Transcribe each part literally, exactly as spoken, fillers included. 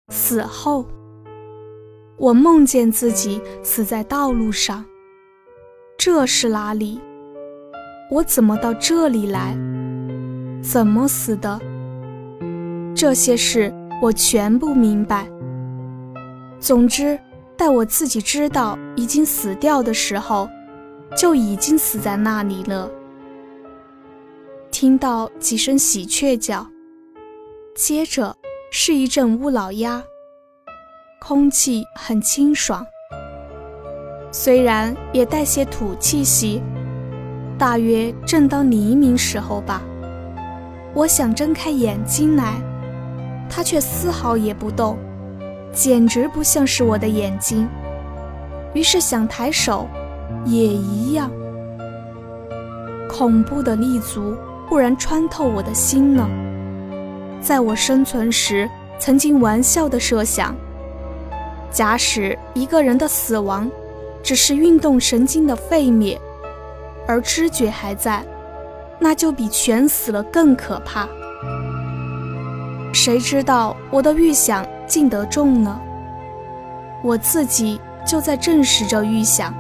死后，我梦见自己死在道路上。这是哪里？我怎么到这里来？怎么死的？这些事我全部明白。总之，待我自己知道已经死掉的时候，就已经死在那里了。听到几声喜鹊叫，接着是一阵乌老鸦，空气很清爽，虽然也带些土气息，大约正当黎明时候吧。我想睁开眼睛来，它却丝毫也不动，简直不像是我的眼睛。于是想抬手，也一样。恐怖的立足忽然穿透我的心了。在我生存时，曾经玩笑地设想，假使一个人的死亡只是运动神经的废灭，而知觉还在，那就比全死了更可怕。谁知道我的预想竟得中了，我自己就在证实着预想。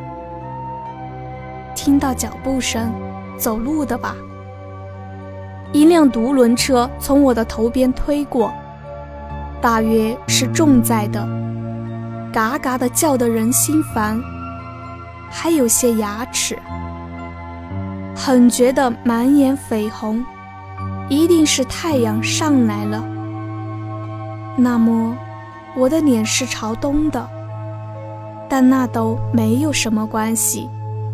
听到脚步声，走路的吧？一辆独轮车从我的头边推过，大约是重载的，嘎嘎地叫得人心烦，还有些牙齿，很觉得满眼绯红，一定是太阳上来了。那么我的脸是朝东的，但那都没有什么关系。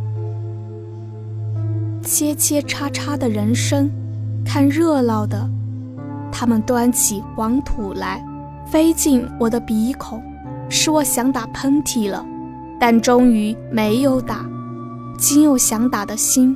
切切叉叉的人声，看热闹的，他们端起黄土来，飞进我的鼻孔，使我想打喷嚏了，但终于没有打，仅有想打的心。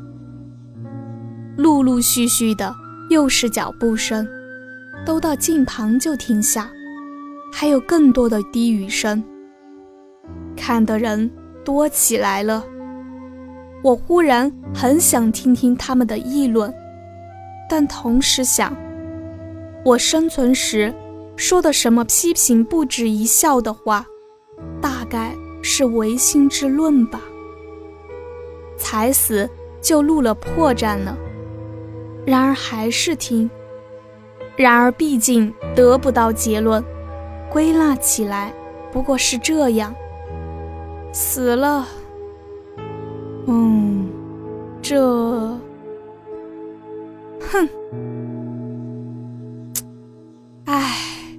陆陆续续的又是脚步声，都到近旁就停下，还有更多的低语声，看的人多起来了。我忽然很想听听他们的议论，但同时想，我生存时说的什么批评不止一笑的话，大概是唯心之论吧。才死就露了破绽了，然而还是听，然而毕竟得不到结论，归纳起来不过是这样：死了。嗯，这，哼，唉，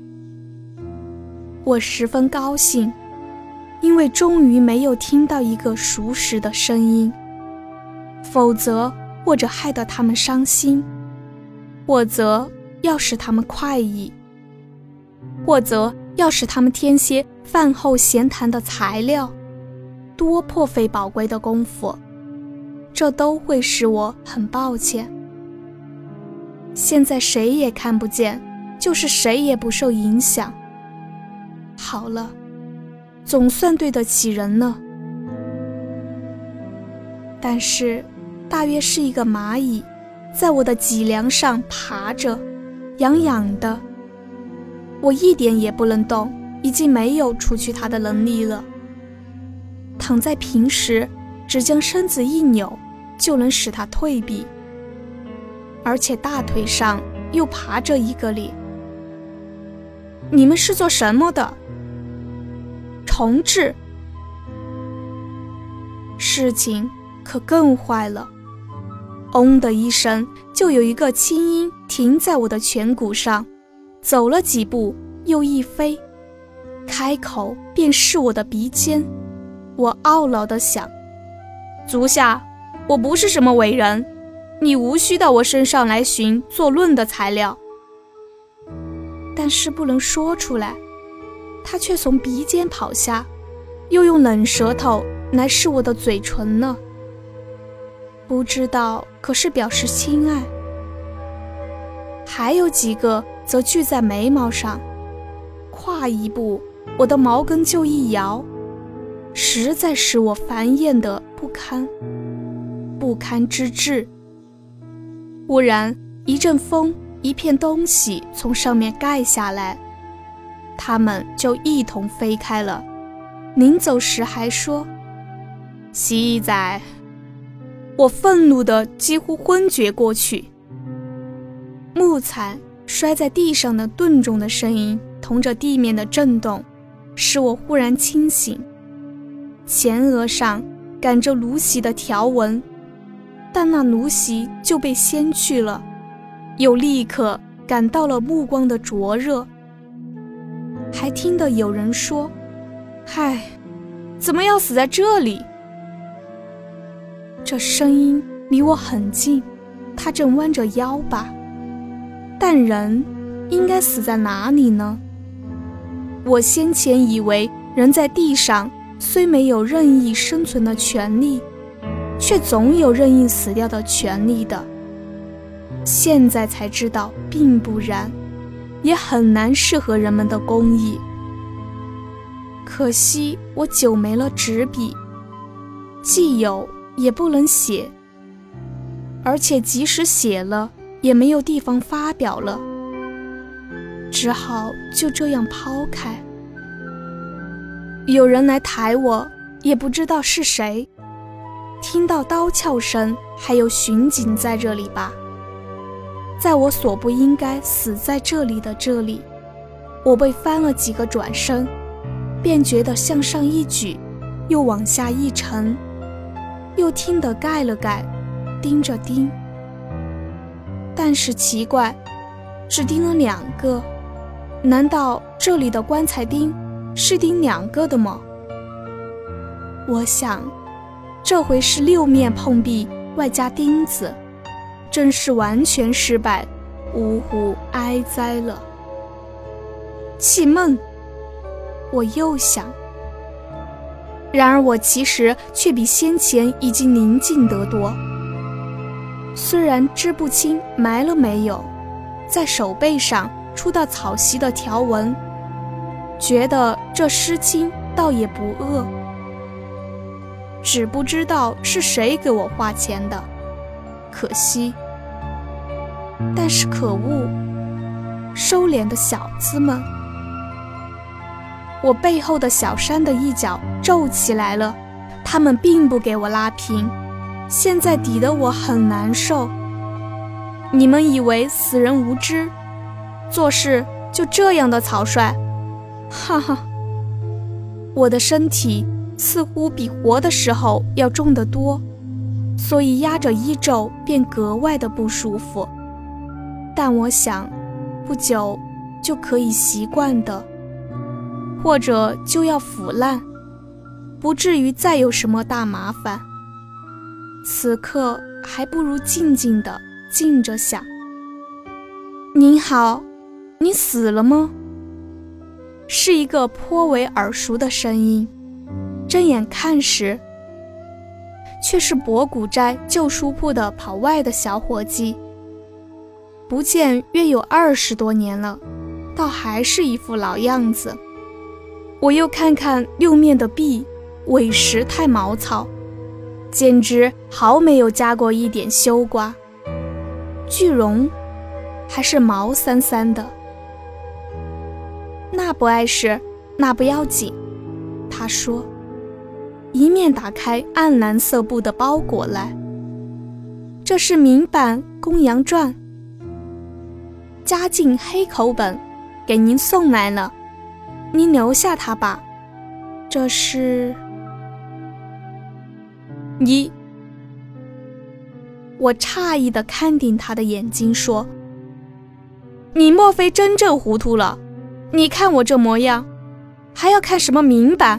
我十分高兴，因为终于没有听到一个熟识的声音，否则或者害得他们伤心，或者要使他们快意，或者要使他们添些饭后闲谈的材料，多破费宝贵的功夫，这都会使我很抱歉。现在谁也看不见，就是谁也不受影响。好了，总算对得起人了。但是大约是一个蚂蚁在我的脊梁上爬着，痒痒的，我一点也不能动，已经没有除去它的能力了。躺在平时，只将身子一扭，就能使它退避，而且大腿上又爬着一个脸。你们是做什么的？重置。事情可更坏了，嗡的一声，就有一个轻音停在我的颧骨上，走了几步又一飞，开口便是我的鼻尖。我懊恼地想，足下，我不是什么伟人，你无需到我身上来寻作论的材料。但是不能说出来，他却从鼻尖跑下，又用冷舌头来试我的嘴唇了，不知道可是表示亲爱。还有几个则聚在眉毛上，跨一步，我的毛根就一摇，实在使我烦厌得不堪，不堪之至。忽然一阵风，一片东西从上面盖下来， 他们就一同飞开了。临走时还说：西仔。我愤怒得几乎昏厥过去。木材摔在地上的顿重的声音同着地面的震动，使我忽然清醒。前额上赶着芦席的条纹，但那芦席就被掀去了，又立刻感到了目光的灼热。还听得有人说：嗨，怎么要死在这里？这声音离我很近，他正弯着腰吧。但人应该死在哪里呢？我先前以为人在地上虽没有任意生存的权利，却总有任意死掉的权利的。现在才知道并不然，也很难适合人们的公义。可惜我久没了纸笔，既有也不能写，而且即使写了也没有地方发表了，只好就这样抛开。有人来抬我，也不知道是谁，听到刀鞘声，还有巡警在这里吧。在我所不应该死在这里的这里，我被翻了几个转身，便觉得向上一举，又往下一沉，又听得盖了盖，钉着钉。但是奇怪，只钉了两个，难道这里的棺材钉是钉两个的吗？我想，这回是六面碰壁，外加钉子，真是完全失败，呜呼哀哉了。气闷，我又想。然而我其实却比先前已经宁静得多。虽然知不清埋了没有，在手背上出到草席的条纹，觉得这尸青倒也不恶，只不知道是谁给我花钱的，可惜。但是可恶，收敛的小子们。我背后的小山的一角皱起来了，他们并不给我拉平，现在抵得我很难受。你们以为死人无知，做事就这样的草率？哈哈，我的身体似乎比活的时候要重得多，所以压着衣皱便格外的不舒服。但我想，不久就可以习惯的，或者就要腐烂，不至于再有什么大麻烦。此刻还不如静静地静着想。您好，你死了吗？是一个颇为耳熟的声音，睁眼看时，却是博古斋旧书铺的跑外的小伙计。不见约有二十多年了，倒还是一副老样子。我又看看六面的壁，委实太毛糙，简直毫没有加过一点修刮。巨容还是毛三三的。那不碍事，那不要紧，他说，一面打开暗蓝色布的包裹来。这是明版《公羊传》，嘉靖黑口本，给您送来了，您留下它吧。这是你。我诧异地看定他的眼睛说，你莫非真正糊涂了？你看我这模样，还要看什么明版？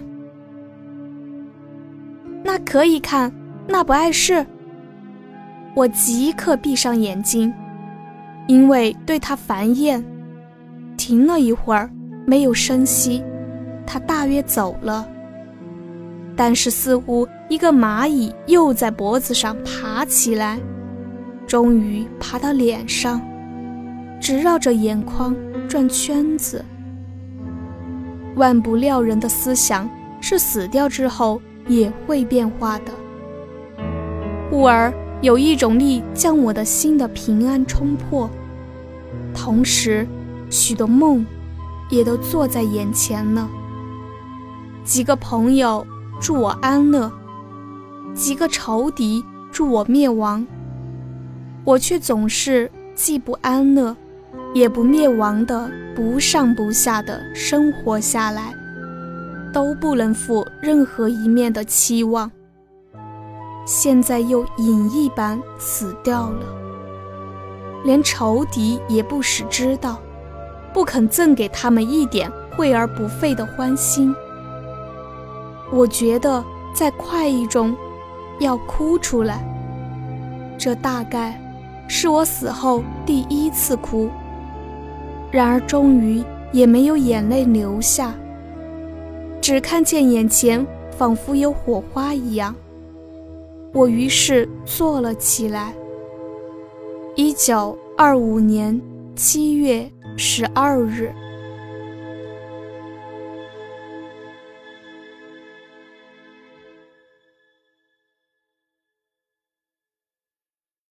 那可以看，那不碍事。我即刻闭上眼睛，因为对他烦厌。停了一会儿，没有声息，他大约走了。但是似乎一个蚂蚁又在脖子上爬起来，终于爬到脸上，只绕着眼眶转圈子。万不料人的思想是死掉之后也会变化的，故而有一种力将我的心的平安冲破，同时许多梦也都坐在眼前了。几个朋友祝我安乐，几个仇敌祝我灭亡，我却总是既不安乐也不灭亡的不上不下的生活下来，都不能负任何一面的期望。现在又隐一般死掉了，连仇敌也不使知道，不肯赠给他们一点惠而不费的欢心。我觉得在快意中要哭出来，这大概是我死后第一次哭，然而终于也没有眼泪流下，只看见眼前仿佛有火花一样。我于是坐了起来。一九二五年七月十二日。